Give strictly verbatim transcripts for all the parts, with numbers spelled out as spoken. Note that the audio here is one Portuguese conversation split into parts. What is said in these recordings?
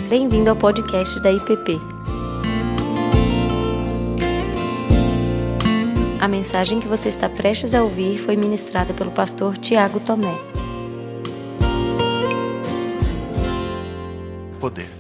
Bem-vindo ao podcast da I P P. A mensagem que você está prestes a ouvir foi ministrada pelo pastor Tiago Tomé. Poder.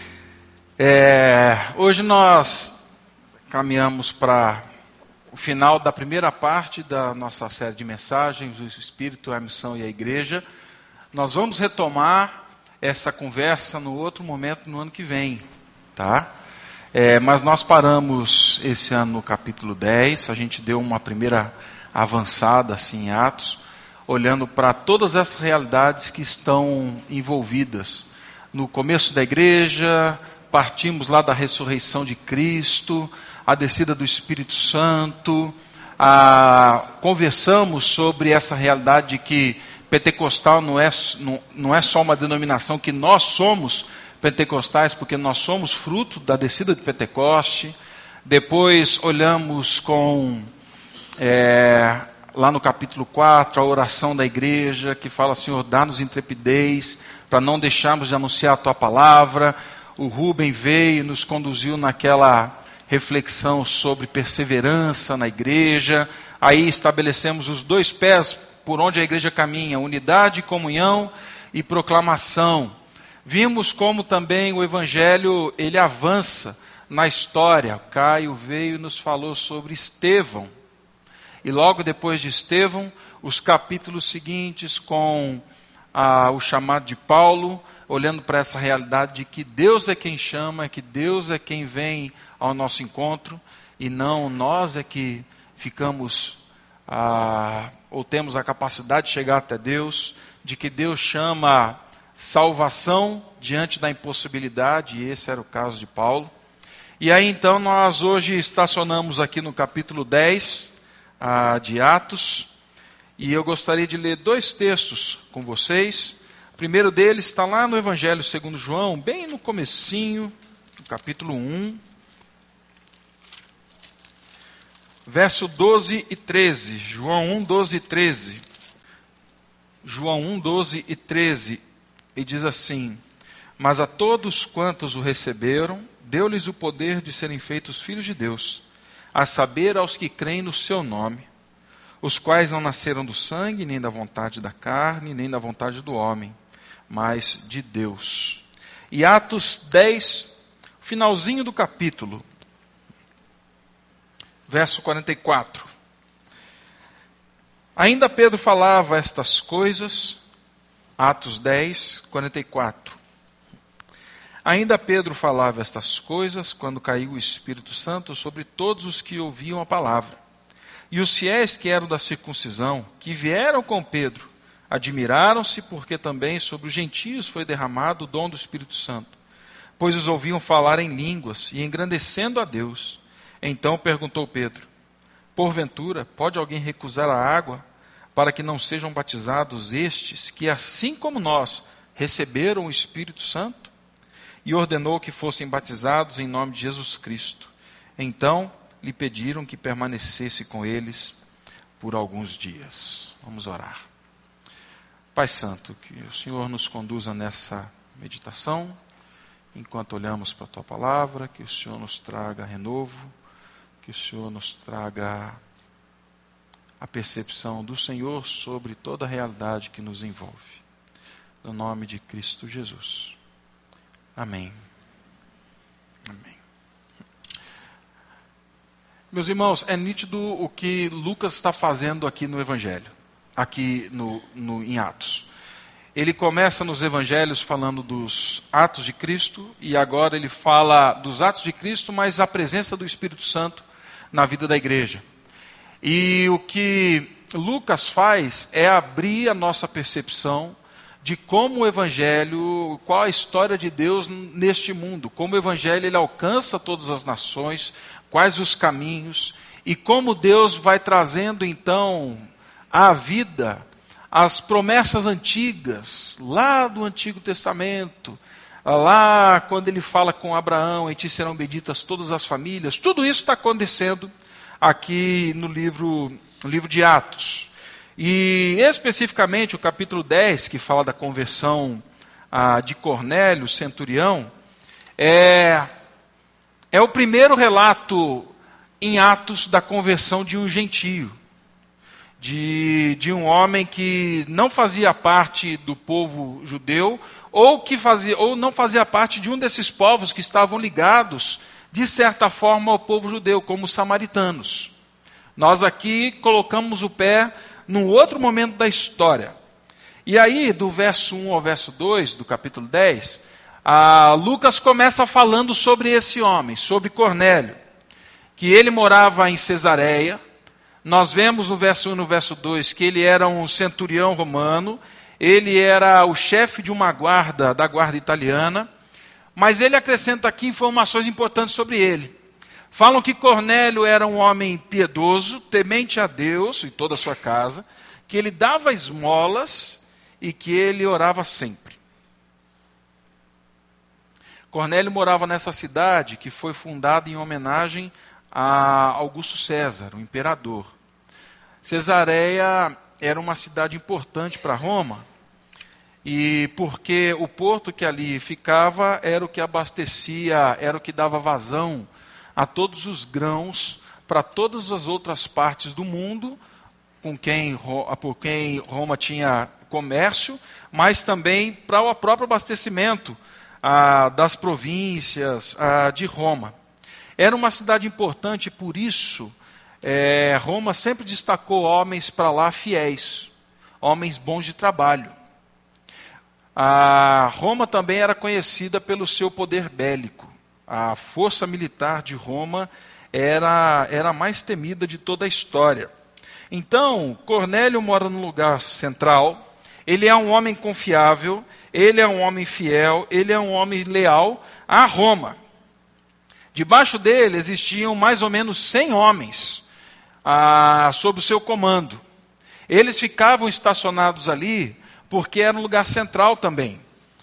É, hoje nós caminhamos para o final da primeira parte da nossa série de mensagens, o Espírito, a Missão e a Igreja. Nós vamos retomar essa conversa no outro momento, no ano que vem, tá? É, mas nós paramos esse ano no capítulo dez, a gente deu uma primeira avançada assim, em Atos, olhando para todas essas realidades que estão envolvidas. No começo da igreja, partimos lá da ressurreição de Cristo, a descida do Espírito Santo, a, conversamos sobre essa realidade de que pentecostal não é, não, não é só uma denominação, que nós somos pentecostais, porque nós somos fruto da descida de Pentecoste. Depois olhamos com, é, lá no capítulo quatro, a oração da igreja, que fala: Senhor, dá-nos intrepidez, para não deixarmos de anunciar a Tua palavra. O Rubem veio e nos conduziu naquela reflexão sobre perseverança na igreja. Aí estabelecemos os dois pés por onde a igreja caminha: unidade, comunhão e proclamação. Vimos como também o Evangelho ele avança na história. Caio veio e nos falou sobre Estevão. E logo depois de Estevão, os capítulos seguintes com ah, o chamado de Paulo, olhando para essa realidade de que Deus é quem chama, que Deus é quem vem ao nosso encontro, e não nós é que ficamos... Ah, ou temos a capacidade de chegar até Deus, de que Deus chama salvação diante da impossibilidade, e esse era o caso de Paulo. E aí então nós hoje estacionamos aqui no capítulo dez ah, de Atos, e eu gostaria de ler dois textos com vocês. O primeiro deles está lá no Evangelho segundo João, bem no comecinho, no capítulo um. Verso doze e treze, João um, doze e treze. João um, doze e treze, e diz assim: Mas a todos quantos o receberam, deu-lhes o poder de serem feitos filhos de Deus, a saber, aos que creem no seu nome, os quais não nasceram do sangue, nem da vontade da carne, nem da vontade do homem, mas de Deus. E Atos dez, finalzinho do capítulo, verso quarenta e quatro. Ainda Pedro falava estas coisas, Atos dez, quarenta e quatro. Ainda Pedro falava estas coisas quando caiu o Espírito Santo sobre todos os que ouviam a palavra. E os fiéis que eram da circuncisão, que vieram com Pedro, admiraram-se, porque também sobre os gentios foi derramado o dom do Espírito Santo, pois os ouviam falar em línguas e engrandecendo a Deus. Então perguntou Pedro: Porventura, pode alguém recusar a água para que não sejam batizados estes, que assim como nós receberam o Espírito Santo? E ordenou que fossem batizados em nome de Jesus Cristo. Então lhe pediram que permanecesse com eles por alguns dias. Vamos orar. Pai Santo, que o Senhor nos conduza nessa meditação, enquanto olhamos para a Tua palavra, que o Senhor nos traga renovo, que o Senhor nos traga a percepção do Senhor sobre toda a realidade que nos envolve. No nome de Cristo Jesus. Amém. Amém. Meus irmãos, é nítido o que Lucas está fazendo aqui no Evangelho, aqui no, no, em Atos. Ele começa nos Evangelhos falando dos atos de Cristo, e agora ele fala dos atos de Cristo, mas a presença do Espírito Santo na vida da igreja. E o que Lucas faz é abrir a nossa percepção de como o Evangelho, qual a história de Deus neste mundo, como o Evangelho ele alcança todas as nações, quais os caminhos, e como Deus vai trazendo então à vida as promessas antigas, lá do Antigo Testamento, lá quando ele fala com Abraão: em ti serão benditas todas as famílias. Tudo isso está acontecendo aqui no livro, no livro de Atos. E especificamente o capítulo dez, que fala da conversão ah, de Cornélio, centurião, É, é o primeiro relato em Atos da conversão de um gentio, de, de um homem que não fazia parte do povo judeu, ou, que fazia, ou não fazia parte de um desses povos que estavam ligados, de certa forma, ao povo judeu, como os samaritanos. Nós aqui colocamos o pé num outro momento da história. E aí, do verso um ao verso dois, do capítulo dez, a Lucas começa falando sobre esse homem, sobre Cornélio, que ele morava em Cesareia. Nós vemos no verso um e no verso dois que ele era um centurião romano, ele era o chefe de uma guarda, da guarda italiana, mas ele acrescenta aqui informações importantes sobre ele. Falam que Cornélio era um homem piedoso, temente a Deus e toda a sua casa, que ele dava esmolas e que ele orava sempre. Cornélio morava nessa cidade que foi fundada em homenagem a Augusto César, o imperador. Cesareia era uma cidade importante para Roma, e porque o porto que ali ficava era o que abastecia, era o que dava vazão a todos os grãos para todas as outras partes do mundo, com quem, por quem Roma tinha comércio, mas também para o próprio abastecimento ah, das províncias ah, de Roma. Era uma cidade importante, por isso é, Roma sempre destacou homens para lá fiéis, homens bons de trabalho. A Roma também era conhecida pelo seu poder bélico. A força militar de Roma era, era a mais temida de toda a história. Então, Cornélio mora no lugar central, ele é um homem confiável, ele é um homem fiel, ele é um homem leal a Roma. Debaixo dele existiam mais ou menos cem homens ah, sob o seu comando. Eles ficavam estacionados ali porque era um lugar central também.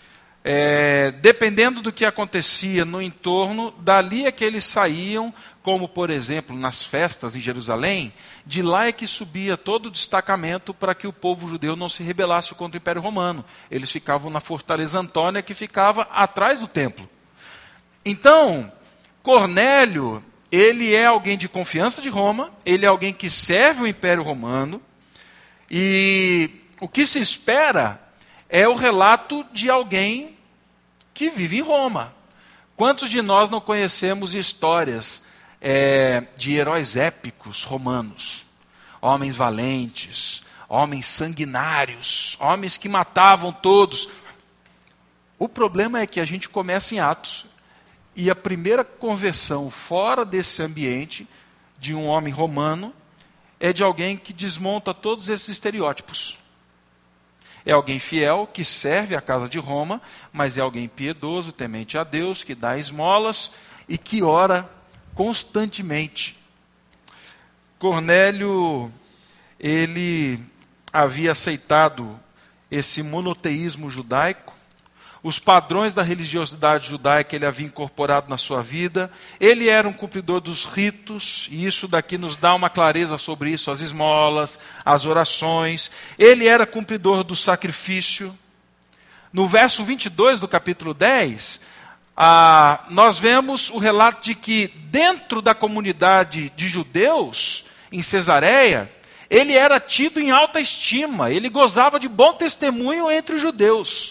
É, dependendo do que acontecia no entorno, dali é que eles saíam, como por exemplo nas festas em Jerusalém, de lá é que subia todo o destacamento para que o povo judeu não se rebelasse contra o Império Romano. Eles ficavam na Fortaleza Antônia, que ficava atrás do templo. Então, Cornélio, ele é alguém de confiança de Roma, ele é alguém que serve o Império Romano, e o que se espera é o relato de alguém que vive em Roma. Quantos de nós não conhecemos histórias é, de heróis épicos romanos? Homens valentes, homens sanguinários, homens que matavam todos. O problema é que a gente começa em Atos, e a primeira conversão fora desse ambiente de um homem romano é de alguém que desmonta todos esses estereótipos. É alguém fiel, que serve a casa de Roma, mas é alguém piedoso, temente a Deus, que dá esmolas e que ora constantemente. Cornélio, ele havia aceitado esse monoteísmo judaico, os padrões da religiosidade judaica ele havia incorporado na sua vida, ele era um cumpridor dos ritos, e isso daqui nos dá uma clareza sobre isso, as esmolas, as orações, ele era cumpridor do sacrifício. No verso vinte e dois do capítulo dez, ah, nós vemos o relato de que dentro da comunidade de judeus, em Cesareia, ele era tido em alta estima, ele gozava de bom testemunho entre os judeus.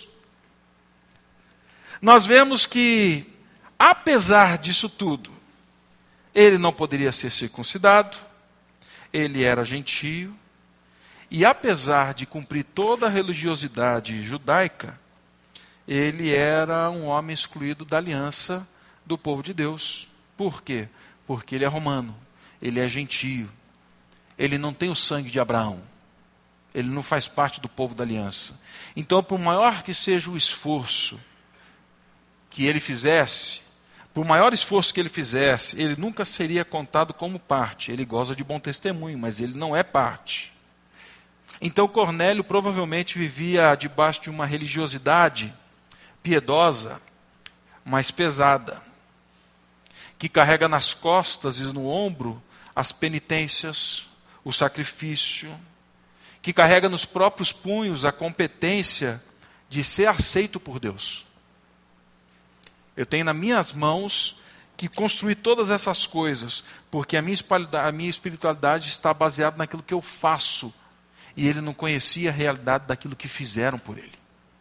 Nós vemos que, apesar disso tudo, ele não poderia ser circuncidado, ele era gentio, e apesar de cumprir toda a religiosidade judaica, ele era um homem excluído da aliança do povo de Deus. Por quê? Porque ele é romano, ele é gentio, ele não tem o sangue de Abraão, ele não faz parte do povo da aliança. Então, por maior que seja o esforço que ele fizesse, por maior esforço que ele fizesse, ele nunca seria contado como parte. Ele goza de bom testemunho, mas ele não é parte. Então Cornélio provavelmente vivia debaixo de uma religiosidade piedosa, mas pesada, que carrega nas costas e no ombro as penitências, o sacrifício, que carrega nos próprios punhos a competência de ser aceito por Deus. Eu tenho nas minhas mãos que construir todas essas coisas, porque a minha espiritualidade, a minha espiritualidade está baseada naquilo que eu faço. E ele não conhecia a realidade daquilo que fizeram por ele.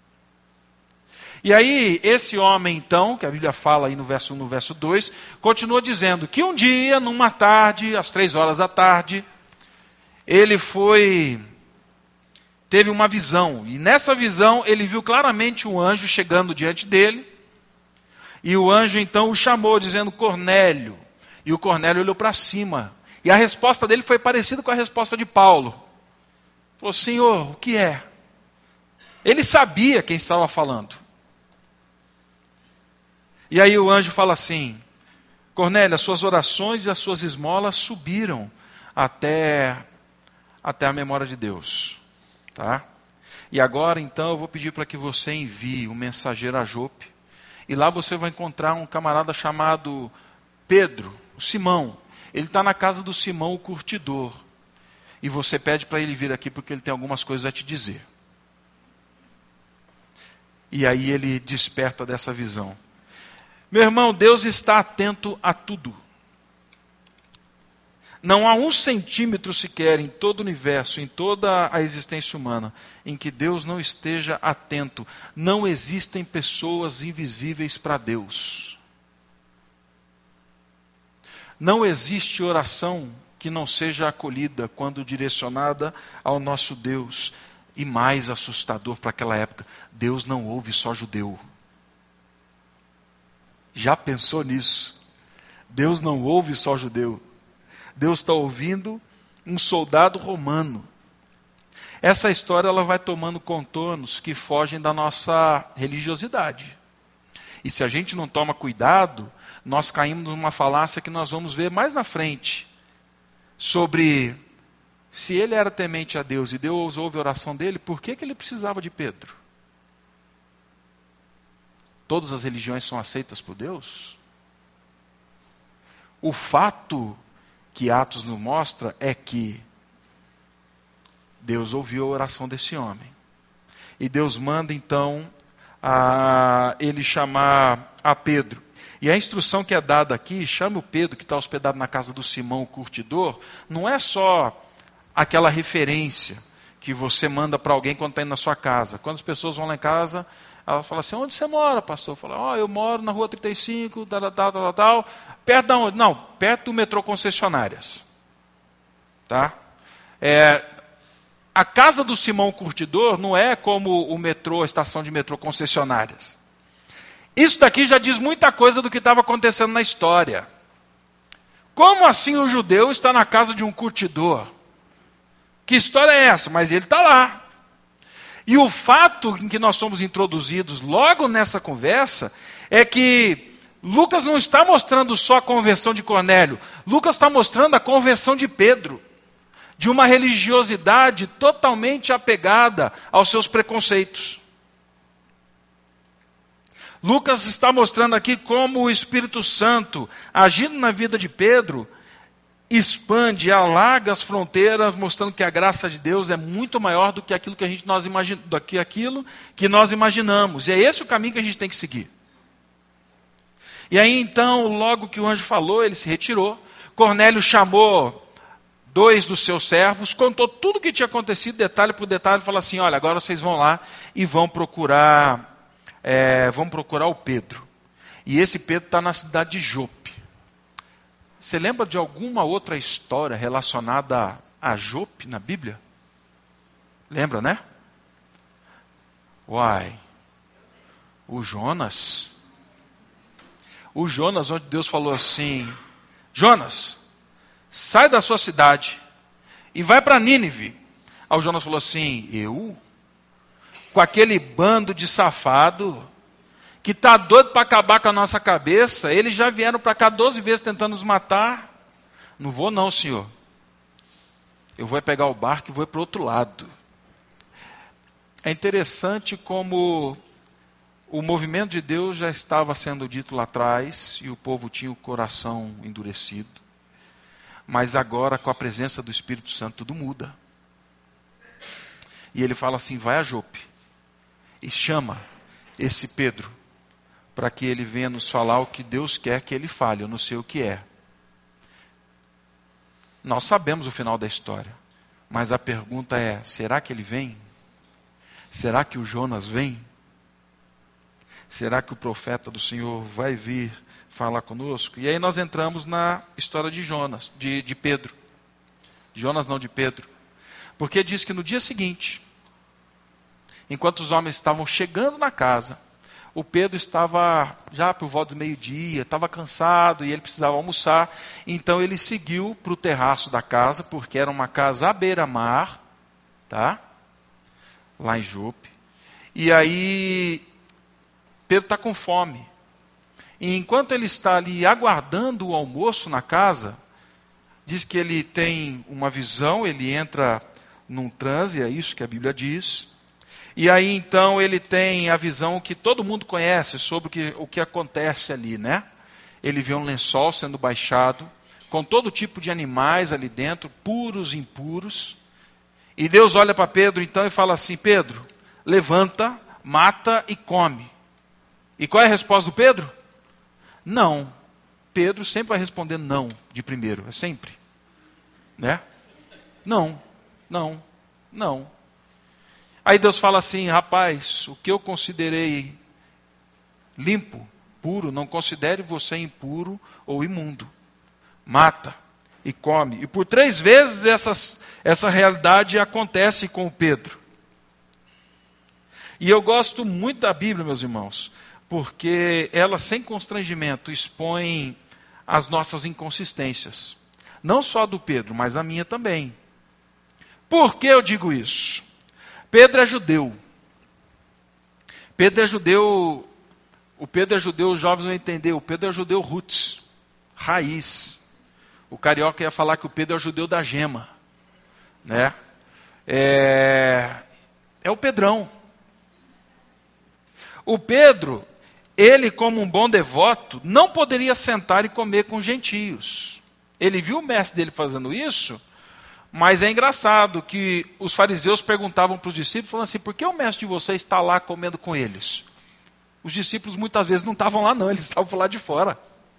E aí, esse homem então, que a Bíblia fala aí no verso um, no verso dois, continua dizendo que um dia, numa tarde, às três horas da tarde, ele foi, teve uma visão. E nessa visão, ele viu claramente um anjo chegando diante dele. E o anjo então o chamou, dizendo, Cornélio. E o Cornélio olhou para cima. E a resposta dele foi parecida com a resposta de Paulo. Falou, Senhor, o que é? Ele sabia quem estava falando. E aí o anjo fala assim, Cornélio, as suas orações e as suas esmolas subiram até, até a memória de Deus. Tá? E agora então eu vou pedir para que você envie um mensageiro a Jope. E lá você vai encontrar um camarada chamado Pedro, o Simão. Ele está na casa do Simão, o curtidor. E você pede para ele vir aqui porque ele tem algumas coisas a te dizer. E aí ele desperta dessa visão. Meu irmão, Deus está atento a tudo. Não há um centímetro sequer em todo o universo, em toda a existência humana, em que Deus não esteja atento. Não existem pessoas invisíveis para Deus. Não existe oração que não seja acolhida quando direcionada ao nosso Deus. E mais assustador para aquela época, Deus não ouve só judeu. Já pensou nisso? Deus não ouve só judeu. Deus está ouvindo um soldado romano. Essa história ela vai tomando contornos que fogem da nossa religiosidade. E se a gente não toma cuidado, nós caímos numa falácia que nós vamos ver mais na frente. Sobre se ele era temente a Deus e Deus ouve a oração dele, por que, que ele precisava de Pedro? Todas as religiões são aceitas por Deus? O fato que Atos nos mostra é que Deus ouviu a oração desse homem. E Deus manda então a ele chamar a Pedro. E a instrução que é dada aqui, chama o Pedro que está hospedado na casa do Simão, o curtidor, não é só aquela referência que você manda para alguém quando está indo na sua casa. Quando as pessoas vão lá em casa, ela fala assim, onde você mora, pastor? Fala, ó, oh, eu moro na rua trinta e cinco, tal, tal, tal, tal. Perto de onde? Não, perto do metrô Concessionárias. Tá? É, a casa do Simão Curtidor não é como o metrô, a estação de metrô Concessionárias. Isso daqui já diz muita coisa do que estava acontecendo na história. Como assim o judeu está na casa de um curtidor? Que história é essa? Mas ele está lá. E o fato em que nós somos introduzidos logo nessa conversa é que Lucas não está mostrando só a conversão de Cornélio. Lucas está mostrando a conversão de Pedro. De uma religiosidade totalmente apegada aos seus preconceitos. Lucas está mostrando aqui como o Espírito Santo, agindo na vida de Pedro, expande, alarga as fronteiras, mostrando que a graça de Deus é muito maior do que aquilo que, a gente, nós, imagine, do que, aquilo que nós imaginamos. E é esse o caminho que a gente tem que seguir. E aí então, logo que o anjo falou, ele se retirou. Cornélio chamou dois dos seus servos, contou tudo o que tinha acontecido, detalhe por detalhe, e falou assim, olha, agora vocês vão lá e vão procurar, é, vão procurar o Pedro. E esse Pedro está na cidade de Jope. Você lembra de alguma outra história relacionada a Jope na Bíblia? Lembra, né? Uai, o Jonas. O Jonas, onde Deus falou assim, Jonas, sai da sua cidade e vai para Nínive. Aí o Jonas falou assim, eu? Com aquele bando de safado que está doido para acabar com a nossa cabeça, eles já vieram para cá doze vezes tentando nos matar. Não vou não, senhor. Eu vou pegar o barco e vou para o outro lado. É interessante como o movimento de Deus já estava sendo dito lá atrás, e o povo tinha o coração endurecido. Mas agora, com a presença do Espírito Santo, tudo muda. E ele fala assim, vai a Jope, e chama esse Pedro, para que ele venha nos falar o que Deus quer que ele fale, eu não sei o que é. Nós sabemos o final da história, mas a pergunta é, será que ele vem? Será que o Jonas vem? Será que o profeta do Senhor vai vir falar conosco? E aí nós entramos na história de Jonas, de, de Pedro. De Jonas não, de Pedro. Porque diz que no dia seguinte, enquanto os homens estavam chegando na casa, o Pedro estava já por volta do meio-dia, estava cansado e ele precisava almoçar. Então ele seguiu para o terraço da casa, porque era uma casa à beira-mar, tá? Lá em Jope. E aí Pedro está com fome. E enquanto ele está ali aguardando o almoço na casa, diz que ele tem uma visão, ele entra num transe, é isso que a Bíblia diz. E aí então ele tem a visão que todo mundo conhece sobre o que, o que acontece ali, né? Ele vê um lençol sendo baixado, com todo tipo de animais ali dentro, puros e impuros. E Deus olha para Pedro então e fala assim, Pedro, levanta, mata e come. E qual é a resposta do Pedro? Não. Pedro sempre vai responder não de primeiro, é sempre. Né? Não, não, não. Aí Deus fala assim, rapaz, o que eu considerei limpo, puro, não considere você impuro ou imundo. Mata e come. E por três vezes essas, essa realidade acontece com o Pedro. E eu gosto muito da Bíblia, meus irmãos, porque ela, sem constrangimento, expõe as nossas inconsistências. Não só do Pedro, mas a minha também. Por que eu digo isso? Pedro é judeu. Pedro é judeu, o Pedro é judeu, os jovens vão entender, o Pedro é judeu roots, raiz. O carioca ia falar que o Pedro é o judeu da gema. Né? É, é o Pedrão. O Pedro, ele como um bom devoto, não poderia sentar e comer com gentios. Ele viu o mestre dele fazendo isso, mas é engraçado que os fariseus perguntavam para os discípulos, falando assim, por que o mestre de vocês está lá comendo com eles? Os discípulos muitas vezes não estavam lá não, eles estavam por lá de fora.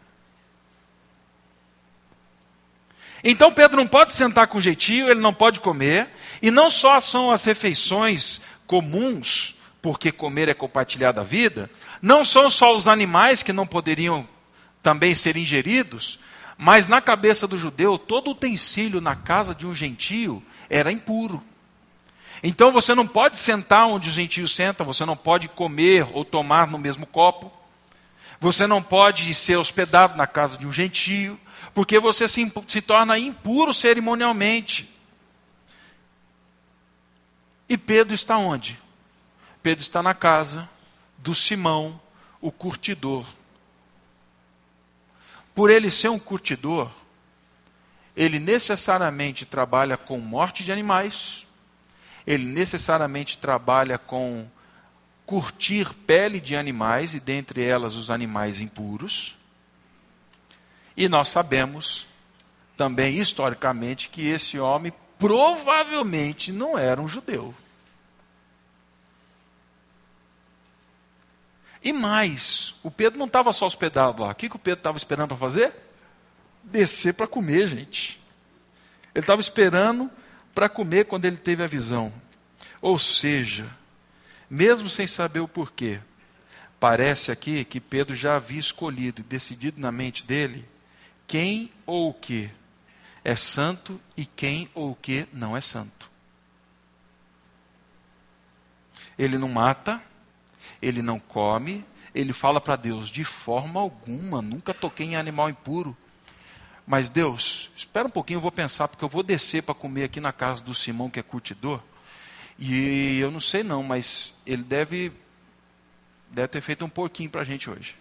Então Pedro não pode sentar com jeitinho, ele não pode comer, e não só são as refeições comuns, porque comer é compartilhar da vida, não são só os animais que não poderiam também ser ingeridos, mas na cabeça do judeu, todo utensílio na casa de um gentio era impuro. Então você não pode sentar onde os gentios sentam, você não pode comer ou tomar no mesmo copo, você não pode ser hospedado na casa de um gentio, porque você se, se torna impuro cerimonialmente. E Pedro está onde? Pedro está na casa do Simão, o curtidor. Por ele ser um curtidor, ele necessariamente trabalha com morte de animais, ele necessariamente trabalha com curtir pele de animais, e dentre elas os animais impuros. E nós sabemos também historicamente que esse homem provavelmente não era um judeu. E mais, o Pedro não estava só hospedado lá. O que, que o Pedro estava esperando para fazer? Descer para comer, gente. Ele estava esperando para comer quando ele teve a visão. Ou seja, mesmo sem saber o porquê, parece aqui que Pedro já havia escolhido e decidido na mente dele quem ou o que é santo e quem ou o que não é santo. Ele não mata, ele não come, ele fala para Deus, de forma alguma, nunca toquei em animal impuro. Mas Deus, espera um pouquinho, eu vou pensar, porque eu vou descer para comer aqui na casa do Simão, que é curtidor, e eu não sei não, mas ele deve, deve ter feito um porquinho para a gente hoje.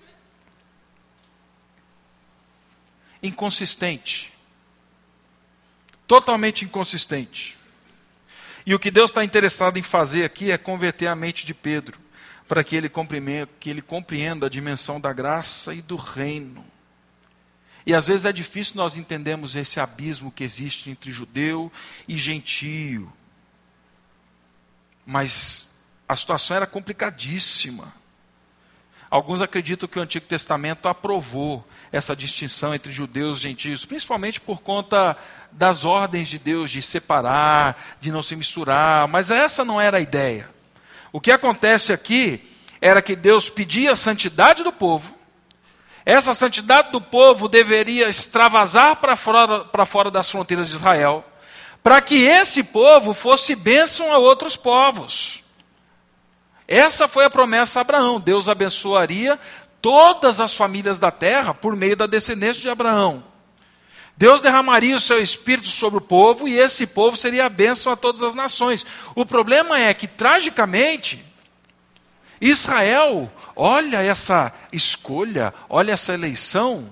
Inconsistente. Totalmente inconsistente. E o que Deus está interessado em fazer aqui é converter a mente de Pedro, para que ele compreenda, que ele compreenda a dimensão da graça e do reino. E às vezes é difícil nós entendermos esse abismo que existe entre judeu e gentio. Mas a situação era complicadíssima. Alguns acreditam que o Antigo Testamento aprovou essa distinção entre judeus e gentios, principalmente por conta das ordens de Deus de separar, de não se misturar, mas essa não era a ideia. O que acontece aqui era que Deus pedia a santidade do povo. Essa santidade do povo deveria extravasar para fora, para fora das fronteiras de Israel, para que esse povo fosse bênção a outros povos. Essa foi a promessa a Abraão. Deus abençoaria todas as famílias da terra por meio da descendência de Abraão. Deus derramaria o seu espírito sobre o povo e esse povo seria a bênção a todas as nações. O problema é que, tragicamente, Israel olha essa escolha, olha essa eleição,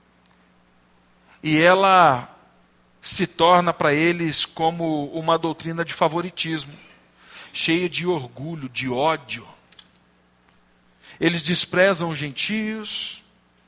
e ela se torna para eles como uma doutrina de favoritismo, cheia de orgulho, de ódio. Eles desprezam os gentios,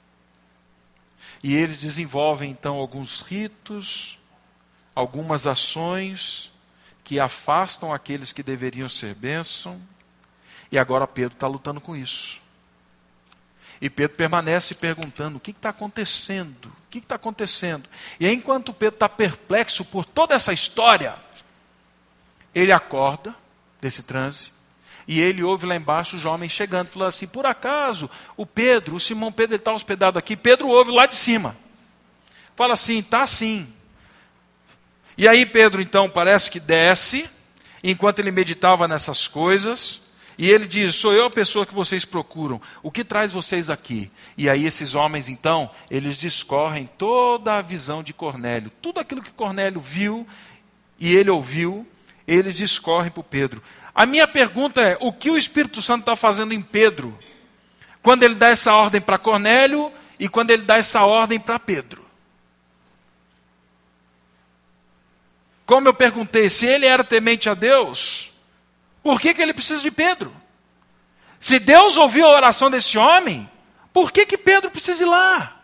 e eles desenvolvem então alguns ritos, algumas ações que afastam aqueles que deveriam ser bênção. E agora Pedro está lutando com isso. E Pedro permanece perguntando, o que está acontecendo? O que está acontecendo? E aí, enquanto Pedro está perplexo por toda essa história, ele acorda desse transe, e ele ouve lá embaixo os homens chegando, falando assim, por acaso, o Pedro, o Simão Pedro está hospedado aqui, Pedro ouve lá de cima. Fala assim, está assim. E aí Pedro então parece que desce, enquanto ele meditava nessas coisas, e ele diz, sou eu a pessoa que vocês procuram, o que traz vocês aqui? E aí esses homens então, eles discorrem toda a visão de Cornélio, tudo aquilo que Cornélio viu e ele ouviu, eles discorrem para o Pedro. A minha pergunta é, o que o Espírito Santo está fazendo em Pedro, quando ele dá essa ordem para Cornélio e quando ele dá essa ordem para Pedro? Como eu perguntei, se ele era temente a Deus, por que que ele precisa de Pedro? Se Deus ouviu a oração desse homem, por que que Pedro precisa ir lá?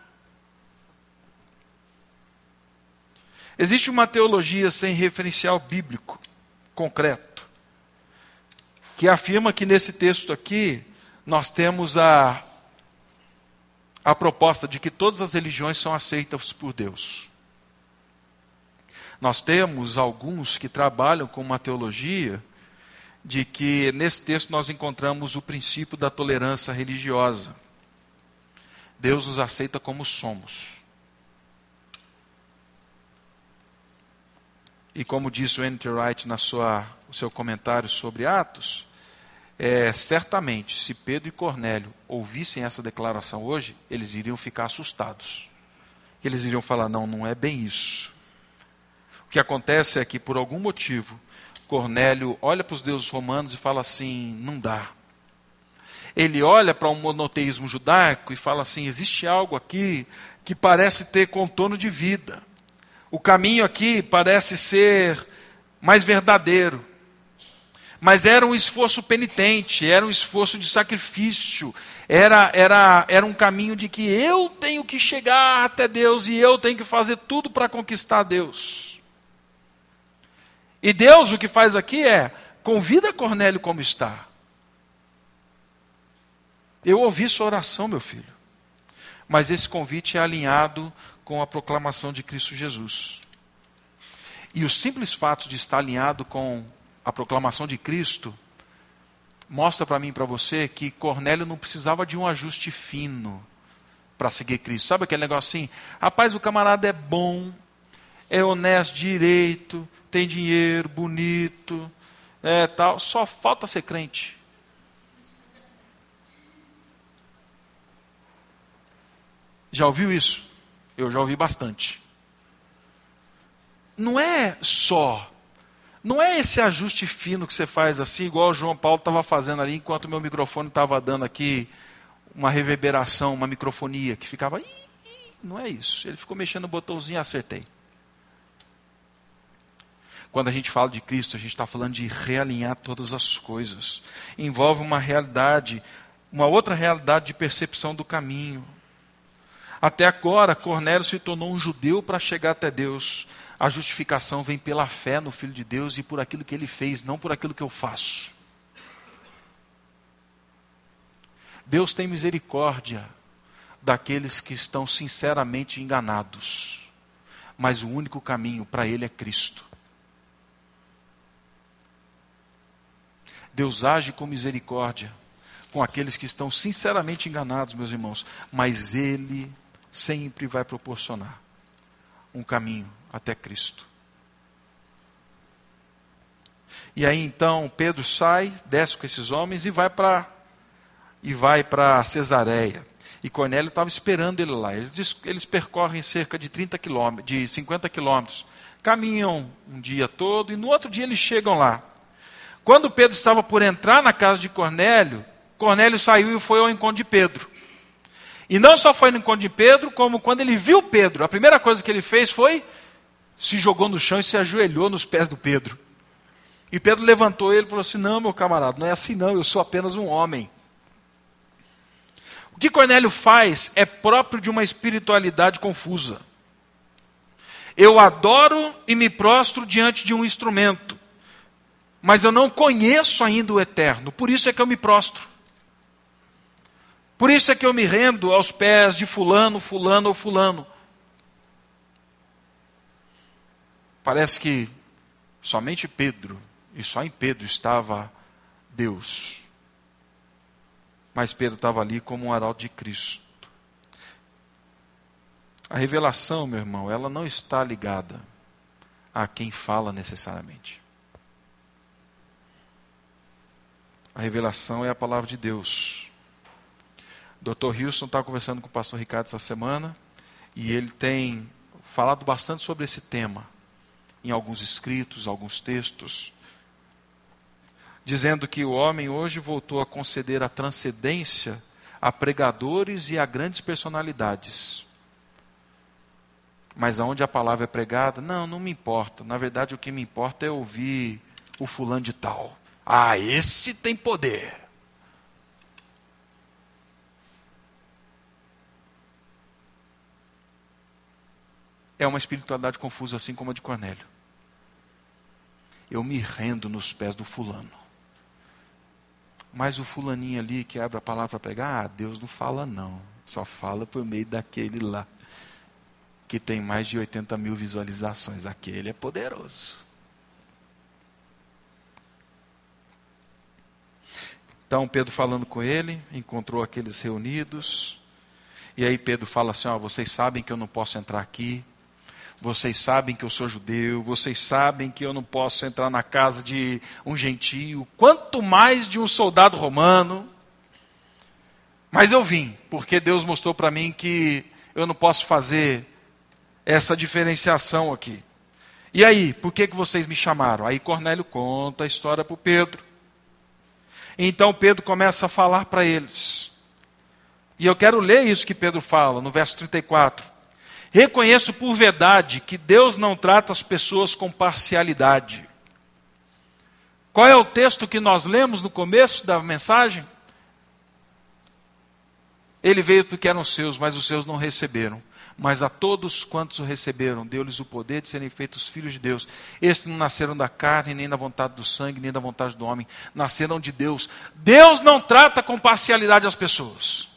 Existe uma teologia sem referencial bíblico concreto, que afirma que nesse texto aqui, nós temos a, a proposta de que todas as religiões são aceitas por Deus. Nós temos alguns que trabalham com uma teologia de que nesse texto nós encontramos o princípio da tolerância religiosa. Deus nos aceita como somos. E como disse o N T Wright na sua, o seu comentário sobre Atos, é, certamente, se Pedro e Cornélio ouvissem essa declaração hoje, eles iriam ficar assustados. Eles iriam falar, não, não é bem isso. O que acontece é que, por algum motivo, Cornélio olha para os deuses romanos e fala assim, não dá. Ele olha para um monoteísmo judaico e fala assim, existe algo aqui que parece ter contorno de vida. O caminho aqui parece ser mais verdadeiro. Mas era um esforço penitente, era um esforço de sacrifício, era, era, era um caminho de que eu tenho que chegar até Deus e eu tenho que fazer tudo para conquistar Deus. E Deus o que faz aqui é, convida Cornélio como está. Eu ouvi sua oração, meu filho, mas esse convite é alinhado com a proclamação de Cristo Jesus. E o simples fato de estar alinhado com a proclamação de Cristo, mostra para mim e para você que Cornélio não precisava de um ajuste fino para seguir Cristo. Sabe aquele negócio assim? Rapaz, o camarada é bom, é honesto, direito, tem dinheiro, bonito, é, tal, só falta ser crente. Já ouviu isso? Eu já ouvi bastante. Não é só, não é esse ajuste fino que você faz assim, igual o João Paulo estava fazendo ali, enquanto o meu microfone estava dando aqui uma reverberação, uma microfonia, que ficava... Não é isso. Ele ficou mexendo no botãozinho e acertei. Quando a gente fala de Cristo, a gente está falando de realinhar todas as coisas. Envolve uma realidade, uma outra realidade de percepção do caminho. Até agora, Cornélio se tornou um judeu para chegar até Deus. A justificação vem pela fé no Filho de Deus e por aquilo que ele fez, não por aquilo que eu faço. Deus tem misericórdia daqueles que estão sinceramente enganados. Mas o único caminho para Ele é Cristo. Deus age com misericórdia com aqueles que estão sinceramente enganados, meus irmãos. Mas Ele sempre vai proporcionar um caminho até Cristo. E aí então Pedro sai, desce com esses homens e vai para e vai para Cesareia. E Cornélio estava esperando ele lá. Eles, eles percorrem cerca de trinta quilômetros, de cinquenta quilômetros. Caminham um dia todo e no outro dia eles chegam lá. Quando Pedro estava por entrar na casa de Cornélio, Cornélio saiu e foi ao encontro de Pedro. E não só foi no encontro de Pedro, como quando ele viu Pedro, a primeira coisa que ele fez foi se jogou no chão e se ajoelhou nos pés do Pedro. E Pedro levantou ele e falou assim: não, meu camarada, não é assim não, eu sou apenas um homem. O que Cornélio faz é próprio de uma espiritualidade confusa. Eu adoro e me prostro diante de um instrumento, mas eu não conheço ainda o Eterno, por isso é que eu me prostro. Por isso é que eu me rendo aos pés de fulano, fulano ou fulano. Parece que somente Pedro, e só em Pedro estava Deus. Mas Pedro estava ali como um arauto de Cristo. A revelação, meu irmão, ela não está ligada a quem fala necessariamente. A revelação é a palavra de Deus. doutor Houston estava conversando com o pastor Ricardo essa semana, e ele tem falado bastante sobre esse tema, em alguns escritos, alguns textos, dizendo que o homem hoje voltou a conceder a transcendência a pregadores e a grandes personalidades. Mas aonde a palavra é pregada, não, não me importa. Na verdade, o que me importa é ouvir o fulano de tal. Ah, esse tem poder. É uma espiritualidade confusa, assim como a de Cornélio. Eu me rendo nos pés do fulano. Mas o fulaninho ali que abre a palavra para pregar, ah, Deus não fala não. Só fala por meio daquele lá, que tem mais de oitenta mil visualizações. Aquele é poderoso. Então Pedro falando com ele, encontrou aqueles reunidos. E aí Pedro fala assim, ó, vocês sabem que eu não posso entrar aqui. Vocês sabem que eu sou judeu, vocês sabem que eu não posso entrar na casa de um gentio, quanto mais de um soldado romano. Mas eu vim, porque Deus mostrou para mim que eu não posso fazer essa diferenciação aqui. E aí, por que, que vocês me chamaram? Aí Cornélio conta a história para o Pedro. Então Pedro começa a falar para eles. E eu quero ler isso que Pedro fala, no verso trinta e quatro. Reconheço por verdade que Deus não trata as pessoas com parcialidade. Qual é o texto que nós lemos no começo da mensagem? Ele veio porque eram seus, mas os seus não receberam. Mas a todos quantos o receberam, deu-lhes o poder de serem feitos filhos de Deus. Estes não nasceram da carne, nem da vontade do sangue, nem da vontade do homem. Nasceram de Deus. Deus não trata com parcialidade as pessoas.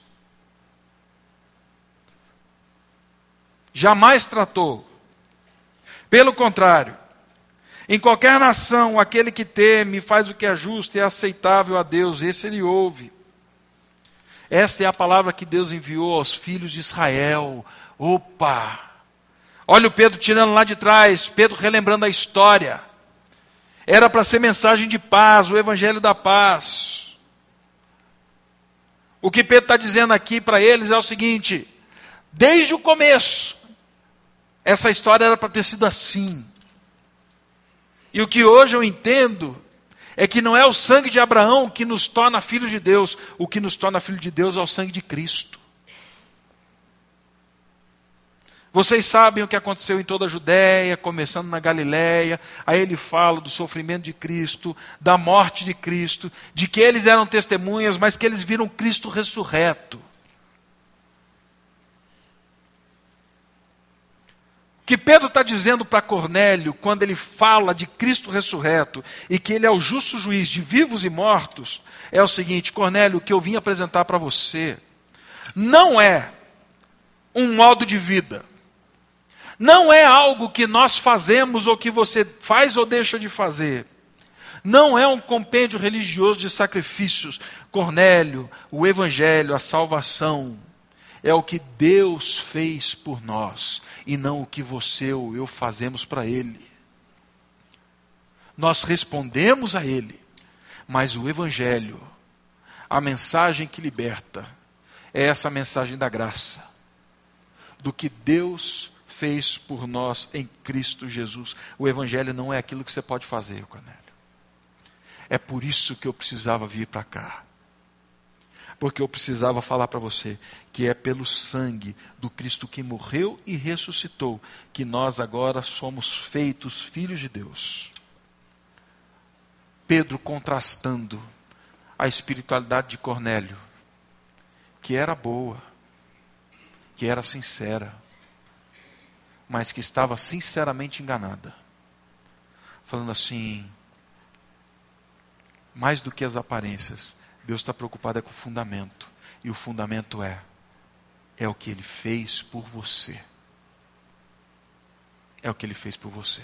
Jamais tratou. Pelo contrário, em qualquer nação, aquele que teme, faz o que é justo e é aceitável a Deus, esse ele ouve. Esta é a palavra que Deus enviou aos filhos de Israel. Opa! Olha o Pedro tirando lá de trás, Pedro relembrando a história. Era para ser mensagem de paz, o evangelho da paz. O que Pedro está dizendo aqui para eles é o seguinte: desde o começo, essa história era para ter sido assim. E o que hoje eu entendo é que não é o sangue de Abraão que nos torna filhos de Deus. O que nos torna filhos de Deus é o sangue de Cristo. Vocês sabem o que aconteceu em toda a Judéia, começando na Galiléia. Aí ele fala do sofrimento de Cristo, da morte de Cristo, de que eles eram testemunhas, mas que eles viram Cristo ressurreto. O que Pedro está dizendo para Cornélio, quando ele fala de Cristo ressurreto, e que ele é o justo juiz de vivos e mortos, é o seguinte: Cornélio, o que eu vim apresentar para você, não é um modo de vida, não é algo que nós fazemos ou que você faz ou deixa de fazer, não é um compêndio religioso de sacrifícios. Cornélio, o evangelho, a salvação, é o que Deus fez por nós, e não o que você ou eu fazemos para Ele. Nós respondemos a Ele, mas o evangelho, a mensagem que liberta, é essa mensagem da graça, do que Deus fez por nós em Cristo Jesus. O evangelho não é aquilo que você pode fazer, Cornélio. É por isso que eu precisava vir para cá. Porque eu precisava falar para você que é pelo sangue do Cristo que morreu e ressuscitou que nós agora somos feitos filhos de Deus. Pedro contrastando a espiritualidade de Cornélio, que era boa, que era sincera, mas que estava sinceramente enganada. Falando assim, mais do que as aparências, Deus está preocupado é com o fundamento. E o fundamento é, é o que Ele fez por você. É o que Ele fez por você.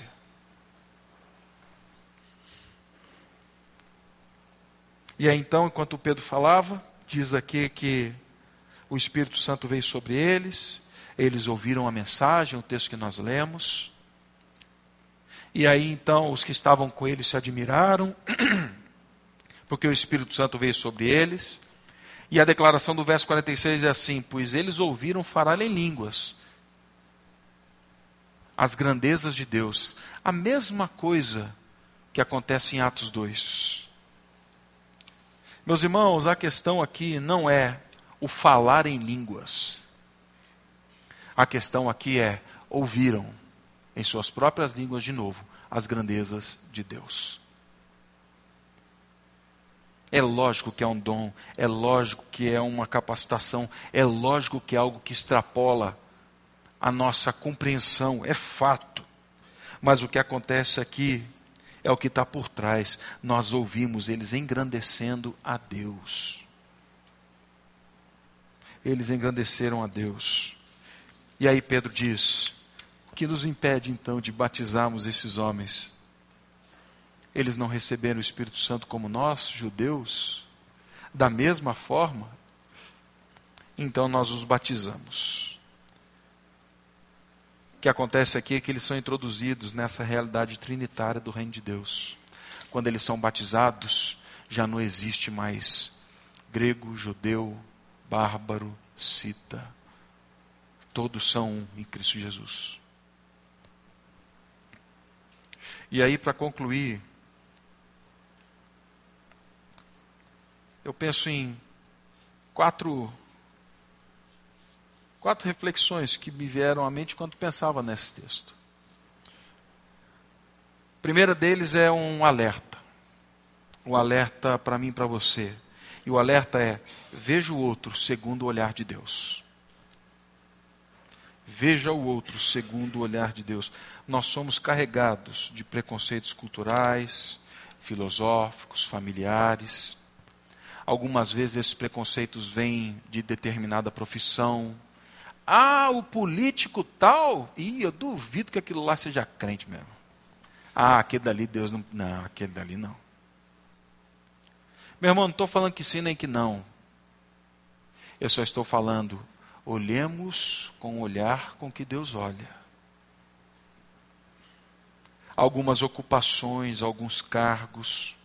E aí então, enquanto Pedro falava, diz aqui que o Espírito Santo veio sobre eles, eles ouviram a mensagem, o texto que nós lemos. E aí então os que estavam com ele se admiraram, porque o Espírito Santo veio sobre eles. E a declaração do verso quarenta e seis é assim: pois eles ouviram falar em línguas as grandezas de Deus. A mesma coisa que acontece em Atos dois. Meus irmãos, a questão aqui não é o falar em línguas. A questão aqui é, ouviram em suas próprias línguas de novo as grandezas de Deus. É lógico que é um dom, é lógico que é uma capacitação, é lógico que é algo que extrapola a nossa compreensão, é fato. Mas o que acontece aqui é o que está por trás. Nós ouvimos eles engrandecendo a Deus. Eles engrandeceram a Deus. E aí Pedro diz, o que nos impede então de batizarmos esses homens? Eles não receberam o Espírito Santo como nós, judeus? Da mesma forma? Então nós os batizamos. O que acontece aqui é que eles são introduzidos nessa realidade trinitária do reino de Deus. Quando eles são batizados, já não existe mais grego, judeu, bárbaro, cita. Todos são um em Cristo Jesus. E aí, para concluir, eu penso em quatro, quatro reflexões que me vieram à mente quando pensava nesse texto. A primeira deles é um alerta. Um alerta para mim e para você. E o alerta é, veja o outro segundo o olhar de Deus. Veja o outro segundo o olhar de Deus. Nós somos carregados de preconceitos culturais, filosóficos, familiares. Algumas vezes esses preconceitos vêm de determinada profissão. Ah, o político tal, ih, eu duvido que aquilo lá seja crente mesmo. Ah, aquele dali Deus não... Não, aquele dali não. Meu irmão, não estou falando que sim nem que não. Eu só estou falando, olhemos com o olhar com que Deus olha. Algumas ocupações, alguns cargos,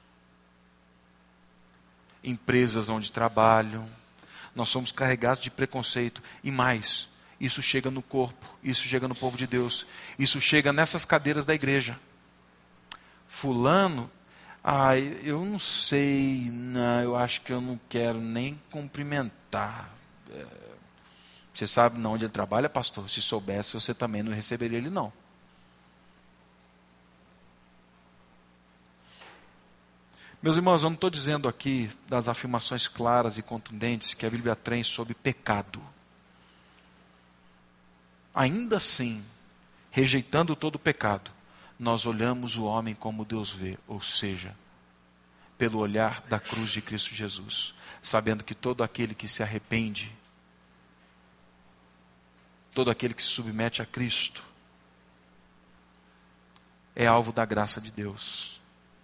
empresas onde trabalham, nós somos carregados de preconceito. E mais, isso chega no corpo, isso chega no povo de Deus, isso chega nessas cadeiras da igreja. Fulano, ah, eu não sei, não, eu acho que eu não quero nem cumprimentar. É, você sabe onde ele trabalha, pastor? Se soubesse, você também não receberia ele, não. Meus irmãos, eu não estou dizendo aqui das afirmações claras e contundentes que a Bíblia traz sobre pecado. Ainda assim, rejeitando todo o pecado, nós olhamos o homem como Deus vê, ou seja, pelo olhar da cruz de Cristo Jesus, sabendo que todo aquele que se arrepende, todo aquele que se submete a Cristo, é alvo da graça de Deus.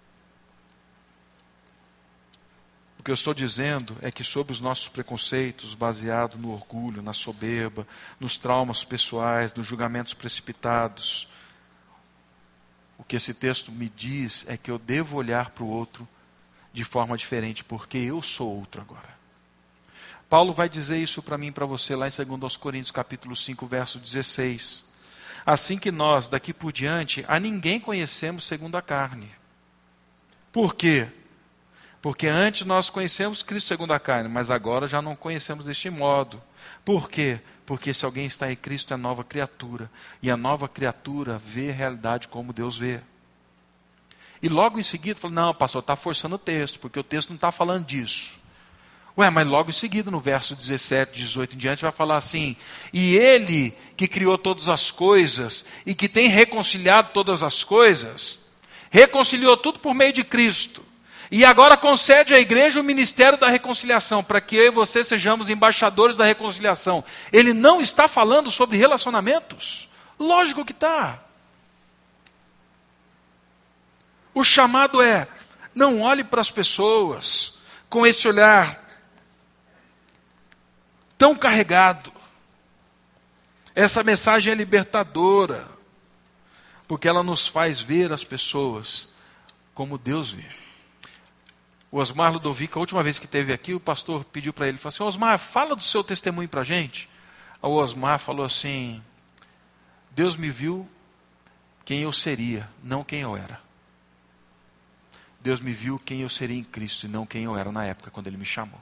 O que eu estou dizendo é que sobre os nossos preconceitos, baseado no orgulho, na soberba, nos traumas pessoais, nos julgamentos precipitados, o que esse texto me diz é que eu devo olhar para o outro de forma diferente, porque eu sou outro agora. Paulo vai dizer isso para mim e para você lá em dois Coríntios capítulo cinco, verso dezesseis. Assim que nós, daqui por diante, a ninguém conhecemos segundo a carne. Por quê? Porque antes nós conhecemos Cristo segundo a carne, mas agora já não conhecemos deste modo. Por quê? Porque se alguém está em Cristo é nova criatura. E a nova criatura vê a realidade como Deus vê. E logo em seguida, falou, não, pastor, está forçando o texto, porque o texto não está falando disso. Ué, mas logo em seguida, no verso dezessete, dezoito em diante, vai falar assim, e ele que criou todas as coisas, e que tem reconciliado todas as coisas, reconciliou tudo por meio de Cristo. E agora concede à igreja o ministério da reconciliação, para que eu e você sejamos embaixadores da reconciliação. Ele não está falando sobre relacionamentos? Lógico que está. O chamado é, não olhe para as pessoas com esse olhar tão carregado. Essa mensagem é libertadora, porque ela nos faz ver as pessoas como Deus vê. O Osmar Ludovico, a última vez que esteve aqui, o pastor pediu para ele, falou assim, Osmar, fala do seu testemunho para a gente. O Osmar falou assim, Deus me viu quem eu seria, não quem eu era. Deus me viu quem eu seria em Cristo e não quem eu era na época, quando Ele me chamou.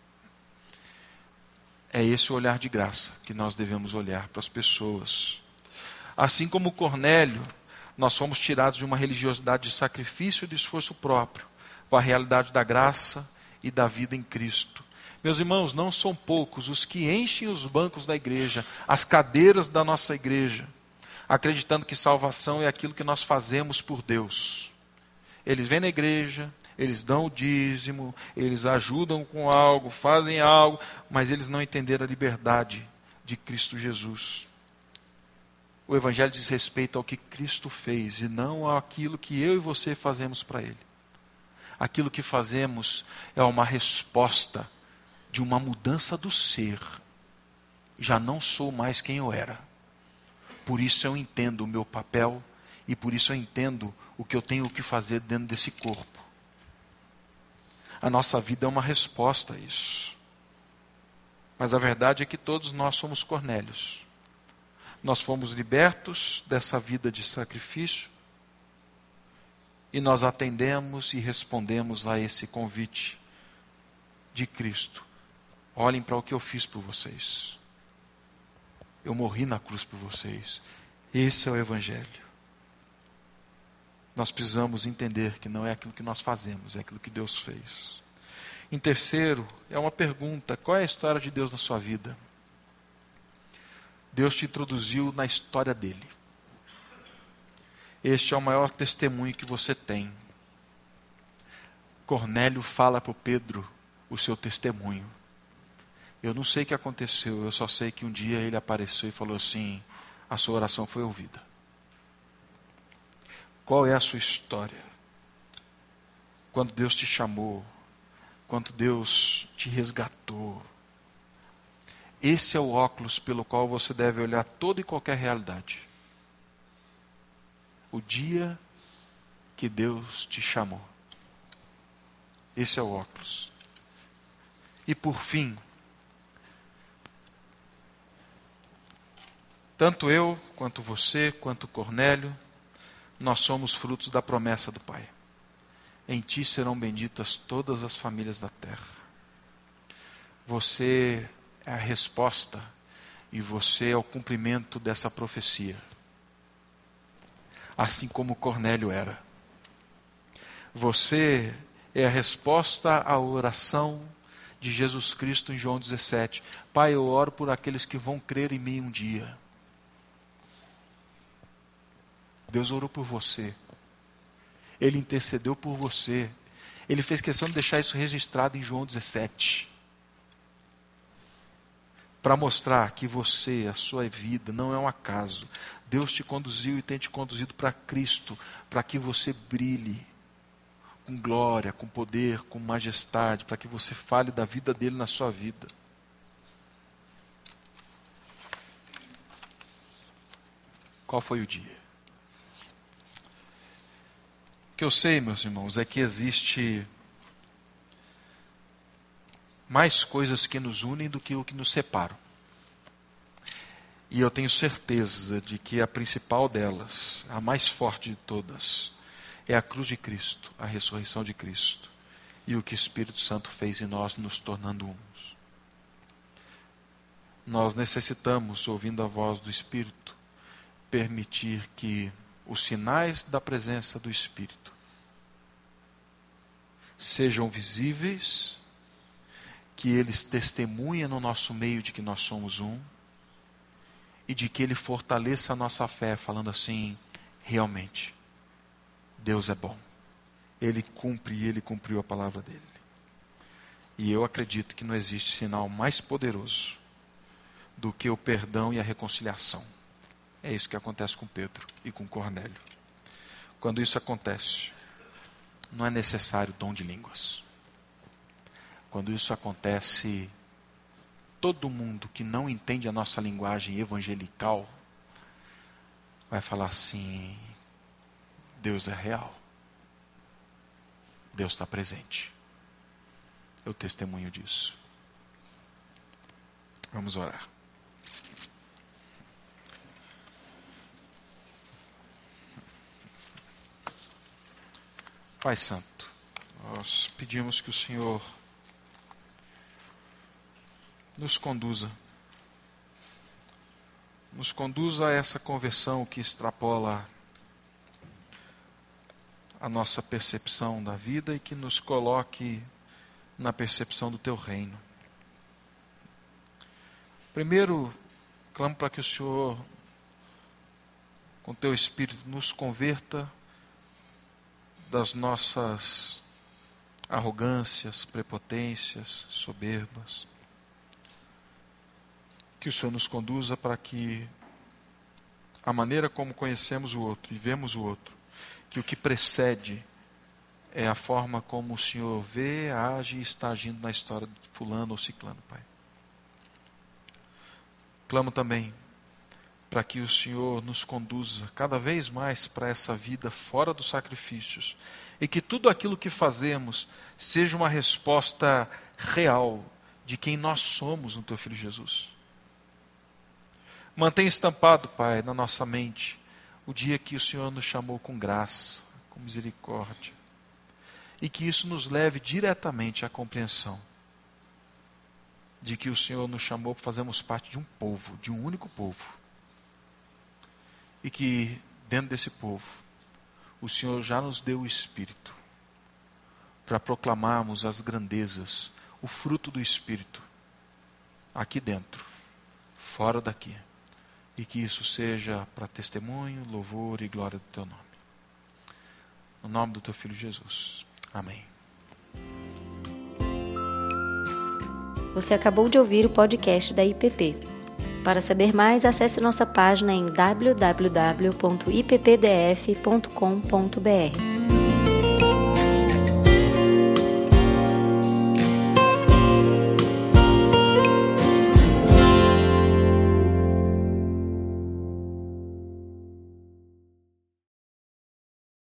É esse o olhar de graça que nós devemos olhar para as pessoas. Assim como Cornélio, nós fomos tirados de uma religiosidade de sacrifício e de esforço próprio, para a realidade da graça e da vida em Cristo. Meus irmãos, não são poucos os que enchem os bancos da igreja, as cadeiras da nossa igreja, acreditando que salvação é aquilo que nós fazemos por Deus. Eles vêm na igreja, eles dão o dízimo, eles ajudam com algo, fazem algo, mas eles não entenderam a liberdade de Cristo Jesus. O Evangelho diz respeito ao que Cristo fez e não àquilo que eu e você fazemos para Ele. Aquilo que fazemos é uma resposta de uma mudança do ser. Já não sou mais quem eu era. Por isso eu entendo o meu papel e por isso eu entendo o que eu tenho que fazer dentro desse corpo. A nossa vida é uma resposta a isso. Mas a verdade é que todos nós somos Cornélios. Nós fomos libertos dessa vida de sacrifício e nós atendemos e respondemos a esse convite de Cristo. Olhem para o que eu fiz por vocês. Eu morri na cruz por vocês. Esse é o Evangelho. Nós precisamos entender que não é aquilo que nós fazemos, é aquilo que Deus fez. Em terceiro, é uma pergunta: qual é a história de Deus na sua vida? Deus te introduziu na história dele. Este é o maior testemunho que você tem. Cornélio fala para o Pedro o seu testemunho. Eu não sei o que aconteceu, eu só sei que um dia ele apareceu e falou assim: a sua oração foi ouvida. Qual é a sua história? Quando Deus te chamou, quando Deus te resgatou. Esse é o óculos pelo qual você deve olhar toda e qualquer realidade. O dia que Deus te chamou. Esse é o óculos. E por fim, tanto eu, quanto você, quanto Cornélio, nós somos frutos da promessa do Pai. Em ti serão benditas todas as famílias da terra. Você é a resposta e você é o cumprimento dessa profecia. Assim como Cornélio era. Você é a resposta à oração de Jesus Cristo em João dezessete. Pai, eu oro por aqueles que vão crer em mim um dia. Deus orou por você. Ele intercedeu por você. Ele fez questão de deixar isso registrado em João dezessete. Para mostrar que você, a sua vida, não é um acaso. Deus te conduziu e tem te conduzido para Cristo, para que você brilhe com glória, com poder, com majestade, para que você fale da vida dele na sua vida. Qual foi o dia? O que eu sei, meus irmãos, é que existe mais coisas que nos unem do que o que nos separam. E eu tenho certeza de que a principal delas, a mais forte de todas, é a cruz de Cristo, a ressurreição de Cristo e o que o Espírito Santo fez em nós, nos tornando uns. Nós necessitamos, ouvindo a voz do Espírito, permitir que os sinais da presença do Espírito sejam visíveis, que eles testemunhem no nosso meio de que nós somos um, e de que Ele fortaleça a nossa fé, falando assim, realmente, Deus é bom. Ele cumpre e Ele cumpriu a palavra dEle. E eu acredito que não existe sinal mais poderoso do que o perdão e a reconciliação. É isso que acontece com Pedro e com Cornélio. Quando isso acontece, não é necessário dom de línguas. Quando isso acontece, todo mundo que não entende a nossa linguagem evangelical vai falar assim, Deus é real. Deus está presente. Eu testemunho disso. Vamos orar. Pai Santo, nós pedimos que o Senhor nos conduza. Nos conduza a essa conversão que extrapola a nossa percepção da vida e que nos coloque na percepção do Teu reino. Primeiro, clamo para que o Senhor, com Teu Espírito, nos converta das nossas arrogâncias, prepotências, soberbas. Que o Senhor nos conduza para que a maneira como conhecemos o outro e vemos o outro, que o que precede é a forma como o Senhor vê, age e está agindo na história de fulano ou ciclano, Pai. Clamo também para que o Senhor nos conduza cada vez mais para essa vida fora dos sacrifícios e que tudo aquilo que fazemos seja uma resposta real de quem nós somos no Teu Filho Jesus. Mantenha estampado, Pai, na nossa mente o dia que o Senhor nos chamou com graça, com misericórdia, e que isso nos leve diretamente à compreensão de que o Senhor nos chamou para fazermos parte de um povo, de um único povo, e que dentro desse povo o Senhor já nos deu o Espírito para proclamarmos as grandezas, o fruto do Espírito, aqui dentro, fora daqui. E que isso seja para testemunho, louvor e glória do Teu nome. No nome do Teu Filho Jesus. Amém. Você acabou de ouvir o podcast da I P P. Para saber mais, acesse nossa página em w w w ponto i p p d f ponto com ponto b r.